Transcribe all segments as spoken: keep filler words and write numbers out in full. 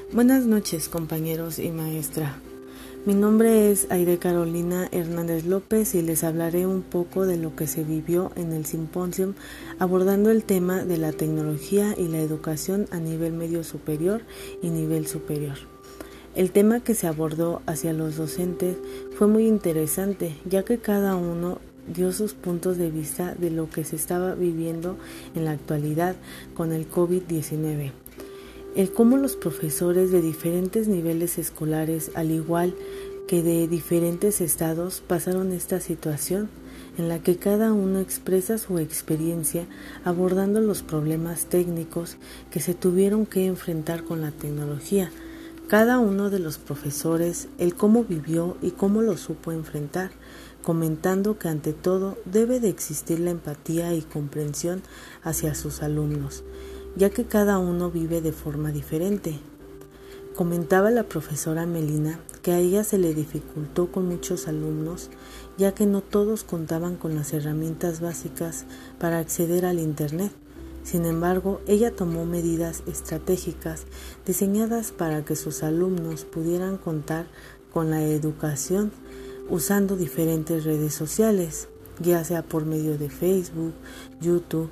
Buenas noches, compañeros y maestra. Mi nombre es Aide Carolina Hernández López y les hablaré un poco de lo que se vivió en el simposio abordando el tema de la tecnología y la educación a nivel medio superior y nivel superior. El tema que se abordó hacia los docentes fue muy interesante, ya que cada uno dio sus puntos de vista de lo que se estaba viviendo en la actualidad con el COVID diecinueve. El cómo los profesores de diferentes niveles escolares, al igual que de diferentes estados, pasaron esta situación en la que cada uno expresa su experiencia abordando los problemas técnicos que se tuvieron que enfrentar con la tecnología. Cada uno de los profesores, el cómo vivió y cómo lo supo enfrentar, comentando que ante todo debe de existir la empatía y comprensión hacia sus alumnos, ya que cada uno vive de forma diferente. Comentaba la profesora Melina que a ella se le dificultó con muchos alumnos, ya que no todos contaban con las herramientas básicas para acceder al Internet. Sin embargo, ella tomó medidas estratégicas diseñadas para que sus alumnos pudieran contar con la educación usando diferentes redes sociales, ya sea por medio de Facebook, YouTube.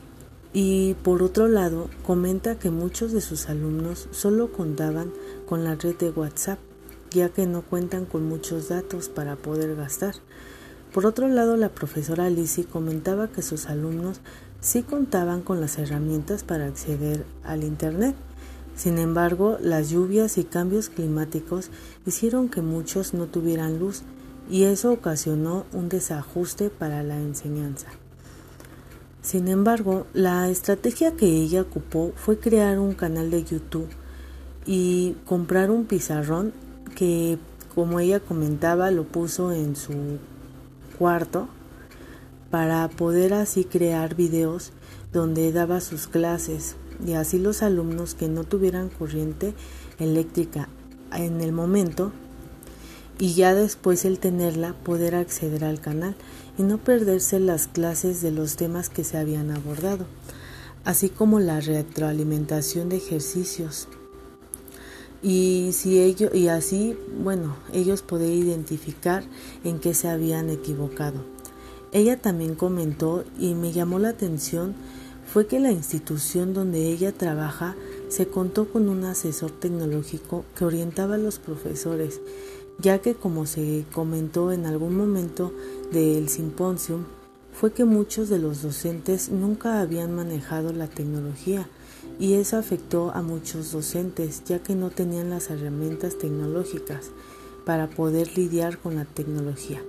Y por otro lado, comenta que muchos de sus alumnos solo contaban con la red de WhatsApp, ya que no cuentan con muchos datos para poder gastar. Por otro lado, la profesora Lizzie comentaba que sus alumnos sí contaban con las herramientas para acceder al Internet. Sin embargo, las lluvias y cambios climáticos hicieron que muchos no tuvieran luz y eso ocasionó un desajuste para la enseñanza. Sin embargo, la estrategia que ella ocupó fue crear un canal de YouTube y comprar un pizarrón que, como ella comentaba, lo puso en su cuarto para poder así crear videos donde daba sus clases y así los alumnos que no tuvieran corriente eléctrica en el momento y ya después el tenerla poder acceder al canal y no perderse las clases de los temas que se habían abordado, así como la retroalimentación de ejercicios. Y si ellos y así, bueno, ellos poder identificar en qué se habían equivocado. Ella también comentó y me llamó la atención fue que la institución donde ella trabaja se contó con un asesor tecnológico que orientaba a los profesores, ya que como se comentó en algún momento del simposio, fue que muchos de los docentes nunca habían manejado la tecnología y eso afectó a muchos docentes, ya que no tenían las herramientas tecnológicas para poder lidiar con la tecnología.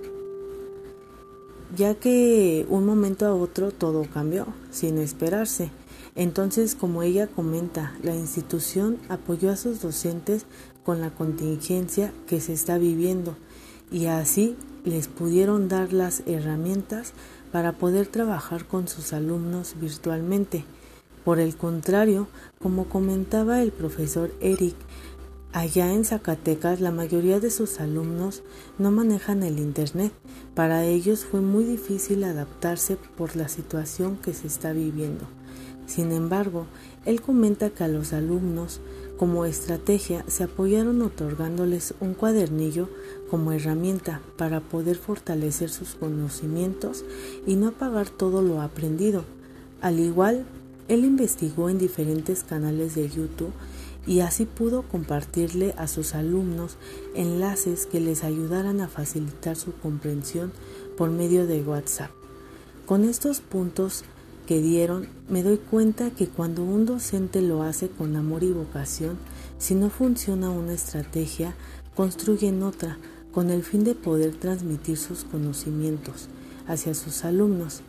Ya que un momento a otro todo cambió, sin esperarse. Entonces, como ella comenta, la institución apoyó a sus docentes con la contingencia que se está viviendo y así les pudieron dar las herramientas para poder trabajar con sus alumnos virtualmente. Por el contrario, como comentaba el profesor Eric, allá en Zacatecas la mayoría de sus alumnos no manejan el Internet. Para ellos fue muy difícil adaptarse por la situación que se está viviendo. Sin embargo, él comenta que a los alumnos, como estrategia, se apoyaron otorgándoles un cuadernillo como herramienta para poder fortalecer sus conocimientos y no apagar todo lo aprendido. Al igual, él investigó en diferentes canales de YouTube y así pudo compartirle a sus alumnos enlaces que les ayudaran a facilitar su comprensión por medio de WhatsApp. Con estos puntos que dieron, me doy cuenta que cuando un docente lo hace con amor y vocación, si no funciona una estrategia, construyen otra con el fin de poder transmitir sus conocimientos hacia sus alumnos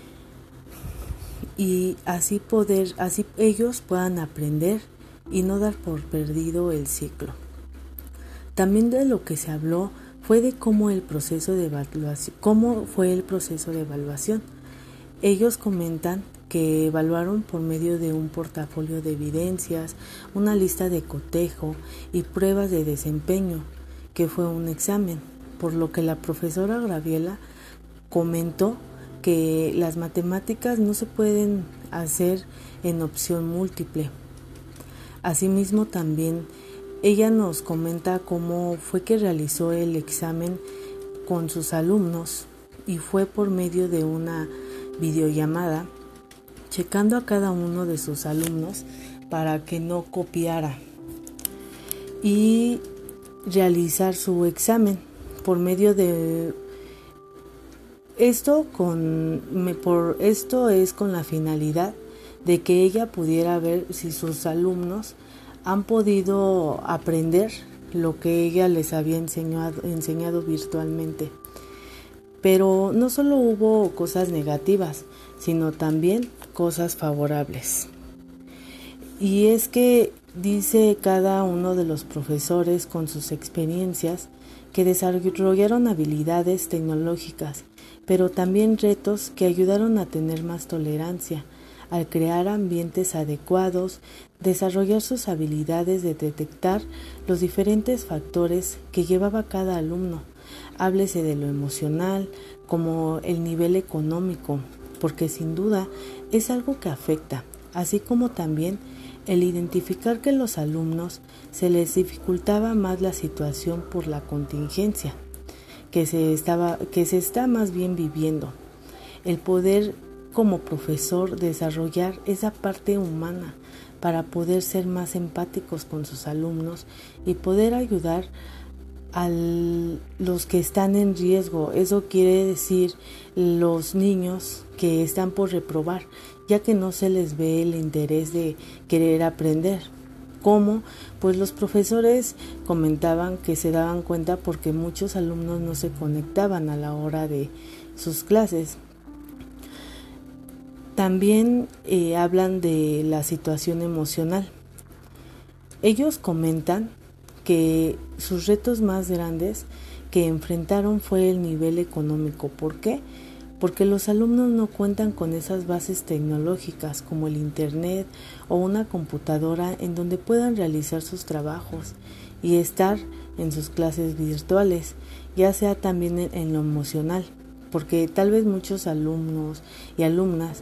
y así poder, así ellos puedan aprender y no dar por perdido el ciclo. También de lo que se habló fue de cómo el proceso de evaluación, cómo fue el proceso de evaluación. Ellos comentan que evaluaron por medio de un portafolio de evidencias, una lista de cotejo y pruebas de desempeño, que fue un examen, por lo que la profesora Graviela comentó que las matemáticas no se pueden hacer en opción múltiple. Asimismo, también ella nos comenta cómo fue que realizó el examen con sus alumnos y fue por medio de una videollamada, checando a cada uno de sus alumnos para que no copiara y realizar su examen por medio de esto con por esto es con la finalidad de que ella pudiera ver si sus alumnos han podido aprender lo que ella les había enseñado, enseñado virtualmente. Pero no solo hubo cosas negativas, sino también cosas favorables. Y es que dice cada uno de los profesores con sus experiencias que desarrollaron habilidades tecnológicas, pero también retos que ayudaron a tener más tolerancia, al crear ambientes adecuados, desarrollar sus habilidades de detectar los diferentes factores que llevaba cada alumno. Háblese de lo emocional, como el nivel económico, porque sin duda es algo que afecta, así como también el identificar que los alumnos se les dificultaba más la situación por la contingencia que se estaba, que se está más bien viviendo. El poder como profesor desarrollar esa parte humana para poder ser más empáticos con sus alumnos y poder ayudar a los que están en riesgo. Eso quiere decir los niños que están por reprobar, ya que no se les ve el interés de querer aprender. ¿Cómo? Pues los profesores comentaban que se daban cuenta porque muchos alumnos no se conectaban a la hora de sus clases. También eh, hablan de la situación emocional. Ellos comentan que sus retos más grandes que enfrentaron fue el nivel económico. ¿Por qué? Porque los alumnos no cuentan con esas bases tecnológicas como el internet o una computadora en donde puedan realizar sus trabajos y estar en sus clases virtuales, ya sea también en, en lo emocional, porque tal vez muchos alumnos y alumnas,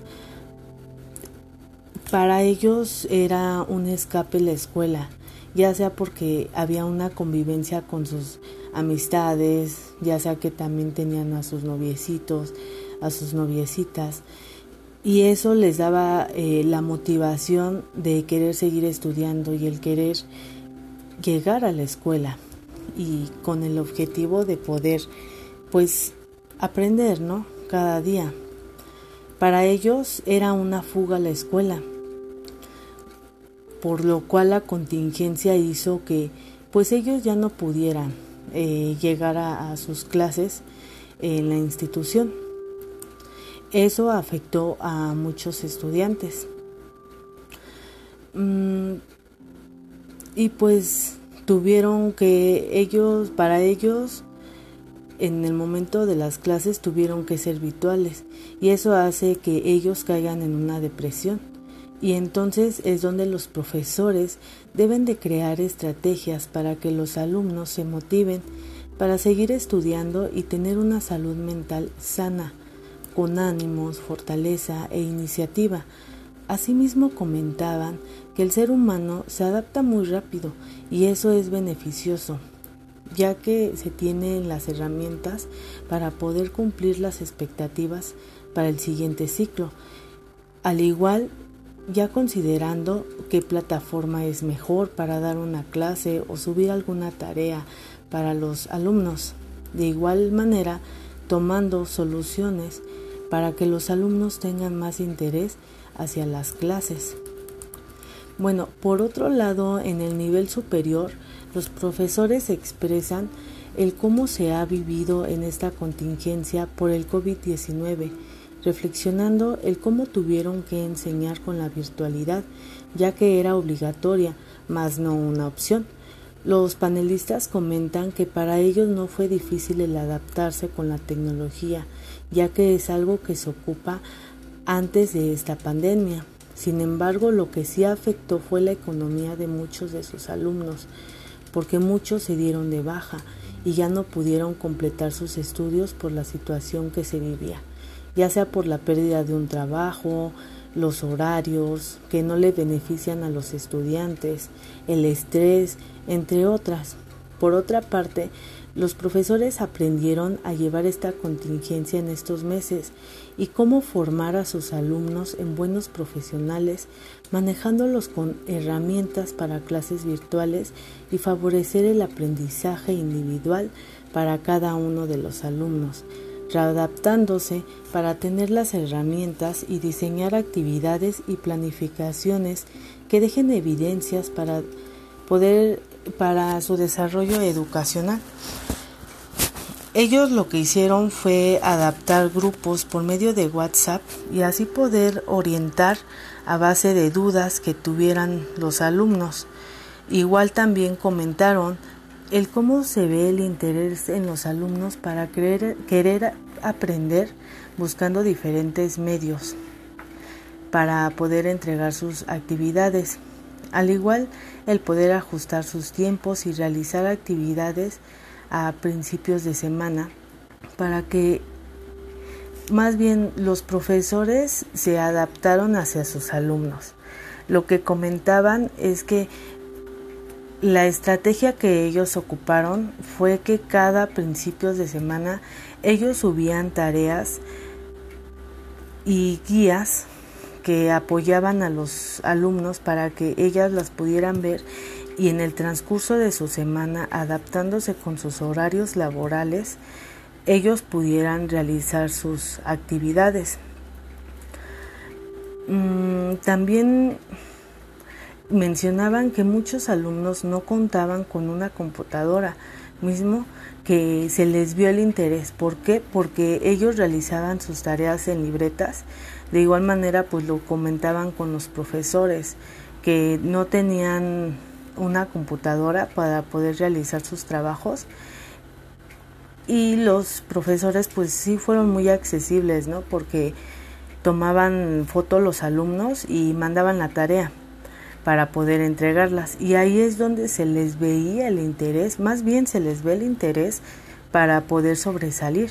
para ellos era un escape la escuela, ya sea porque había una convivencia con sus amistades, ya sea que también tenían a sus noviecitos, a sus noviecitas, y eso les daba eh, la motivación de querer seguir estudiando y el querer llegar a la escuela y con el objetivo de poder pues aprender, ¿no? Cada día. Para ellos era una fuga a la escuela, por lo cual la contingencia hizo que pues ellos ya no pudieran eh, llegar a, a sus clases en la institución. Eso afectó a muchos estudiantes. Mm, y pues tuvieron que ellos, para ellos, en el momento de las clases tuvieron que ser virtuales y eso hace que ellos caigan en una depresión. Y entonces es donde los profesores deben de crear estrategias para que los alumnos se motiven para seguir estudiando y tener una salud mental sana, con ánimos, fortaleza e iniciativa. Asimismo comentaban que el ser humano se adapta muy rápido y eso es beneficioso, ya que se tienen las herramientas para poder cumplir las expectativas para el siguiente ciclo. Al igual, ya considerando qué plataforma es mejor para dar una clase o subir alguna tarea para los alumnos. De igual manera, tomando soluciones para que los alumnos tengan más interés hacia las clases. Bueno, por otro lado, en el nivel superior, los profesores expresan el cómo se ha vivido en esta contingencia por el covid diecinueve, reflexionando el cómo tuvieron que enseñar con la virtualidad, ya que era obligatoria, más no una opción. Los panelistas comentan que para ellos no fue difícil el adaptarse con la tecnología, ya que es algo que se ocupa antes de esta pandemia. Sin embargo, lo que sí afectó fue la economía de muchos de sus alumnos, porque muchos se dieron de baja y ya no pudieron completar sus estudios por la situación que se vivía. ya sea por la pérdida de un trabajo, los horarios que no le benefician a los estudiantes, el estrés, entre otras. Por otra parte, los profesores aprendieron a llevar esta contingencia en estos meses y cómo formar a sus alumnos en buenos profesionales, manejándolos con herramientas para clases virtuales y favorecer el aprendizaje individual para cada uno de los alumnos, readaptándose para tener las herramientas y diseñar actividades y planificaciones que dejen evidencias para poder para su desarrollo educacional. Ellos lo que hicieron fue adaptar grupos por medio de WhatsApp y así poder orientar a base de dudas que tuvieran los alumnos. Igual también comentaron el cómo se ve el interés en los alumnos para querer, querer aprender buscando diferentes medios para poder entregar sus actividades. Al igual, el poder ajustar sus tiempos y realizar actividades a principios de semana para que más bien los profesores se adaptaron hacia sus alumnos. Lo que comentaban es que la estrategia que ellos ocuparon fue que cada principios de semana ellos subían tareas y guías que apoyaban a los alumnos para que ellas las pudieran ver y en el transcurso de su semana, adaptándose con sus horarios laborales, ellos pudieran realizar sus actividades. Mm, también mencionaban que muchos alumnos no contaban con una computadora, mismo que se les vio el interés. ¿Por qué? Porque ellos realizaban sus tareas en libretas. De igual manera, pues lo comentaban con los profesores, que no tenían una computadora para poder realizar sus trabajos. Y los profesores pues sí fueron muy accesibles, ¿no? Porque tomaban foto los alumnos y mandaban la tarea para poder entregarlas. Y ahí es donde se les veía el interés, más bien se les ve el interés para poder sobresalir.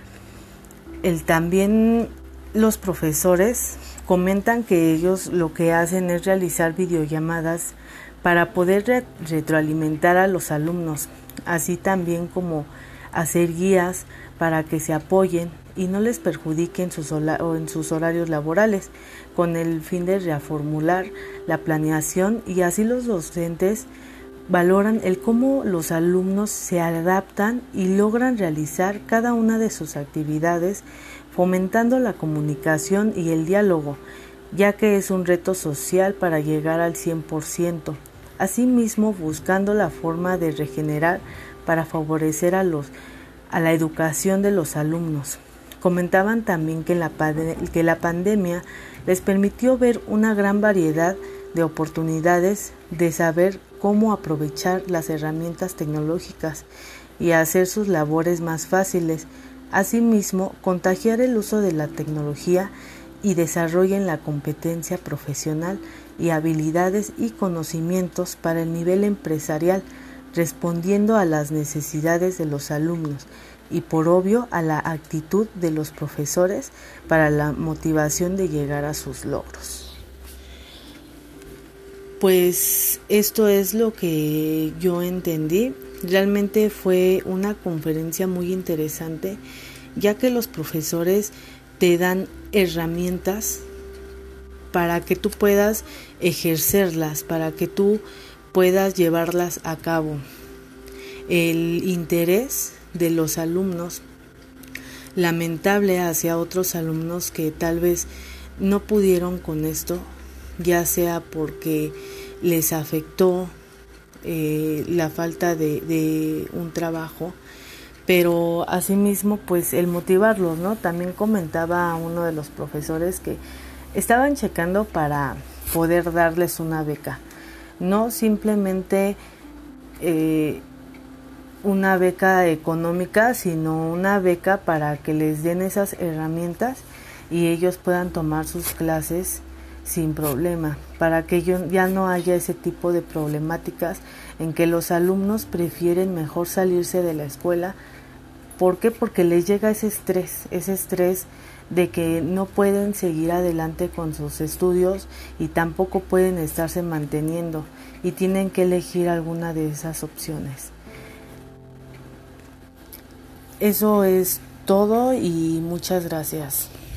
El, también los profesores comentan que ellos lo que hacen es realizar videollamadas para poder re- retroalimentar a los alumnos, así también como hacer guías para que se apoyen y no les perjudiquen sus o en sus horarios laborales, con el fin de reformular la planeación, y así los docentes valoran el cómo los alumnos se adaptan y logran realizar cada una de sus actividades, fomentando la comunicación y el diálogo, ya que es un reto social para llegar al cien por ciento. Asimismo, buscando la forma de regenerar para favorecer a los a la educación de los alumnos. Comentaban también que la, que la pandemia les permitió ver una gran variedad de oportunidades de saber cómo aprovechar las herramientas tecnológicas y hacer sus labores más fáciles. Asimismo, contagiar el uso de la tecnología y desarrollen la competencia profesional y habilidades y conocimientos para el nivel empresarial, respondiendo a las necesidades de los alumnos y por obvio a la actitud de los profesores para la motivación de llegar a sus logros. Pues esto es lo que yo entendí. Realmente fue una conferencia muy interesante, ya que los profesores te dan herramientas para que tú puedas ejercerlas, para que tú puedas llevarlas a cabo. El interés de los alumnos, lamentable hacia otros alumnos que tal vez no pudieron con esto, ya sea porque les afectó eh, la falta de, de un trabajo, pero asimismo pues el motivarlos, ¿no? También comentaba uno de los profesores que estaban checando para poder darles una beca, no simplemente eh, una beca económica, sino una beca para que les den esas herramientas y ellos puedan tomar sus clases sin problema, para que ya no haya ese tipo de problemáticas en que los alumnos prefieren mejor salirse de la escuela. ¿Por qué? Porque les llega ese estrés, ese estrés de que no pueden seguir adelante con sus estudios y tampoco pueden estarse manteniendo y tienen que elegir alguna de esas opciones. Eso es todo y muchas gracias.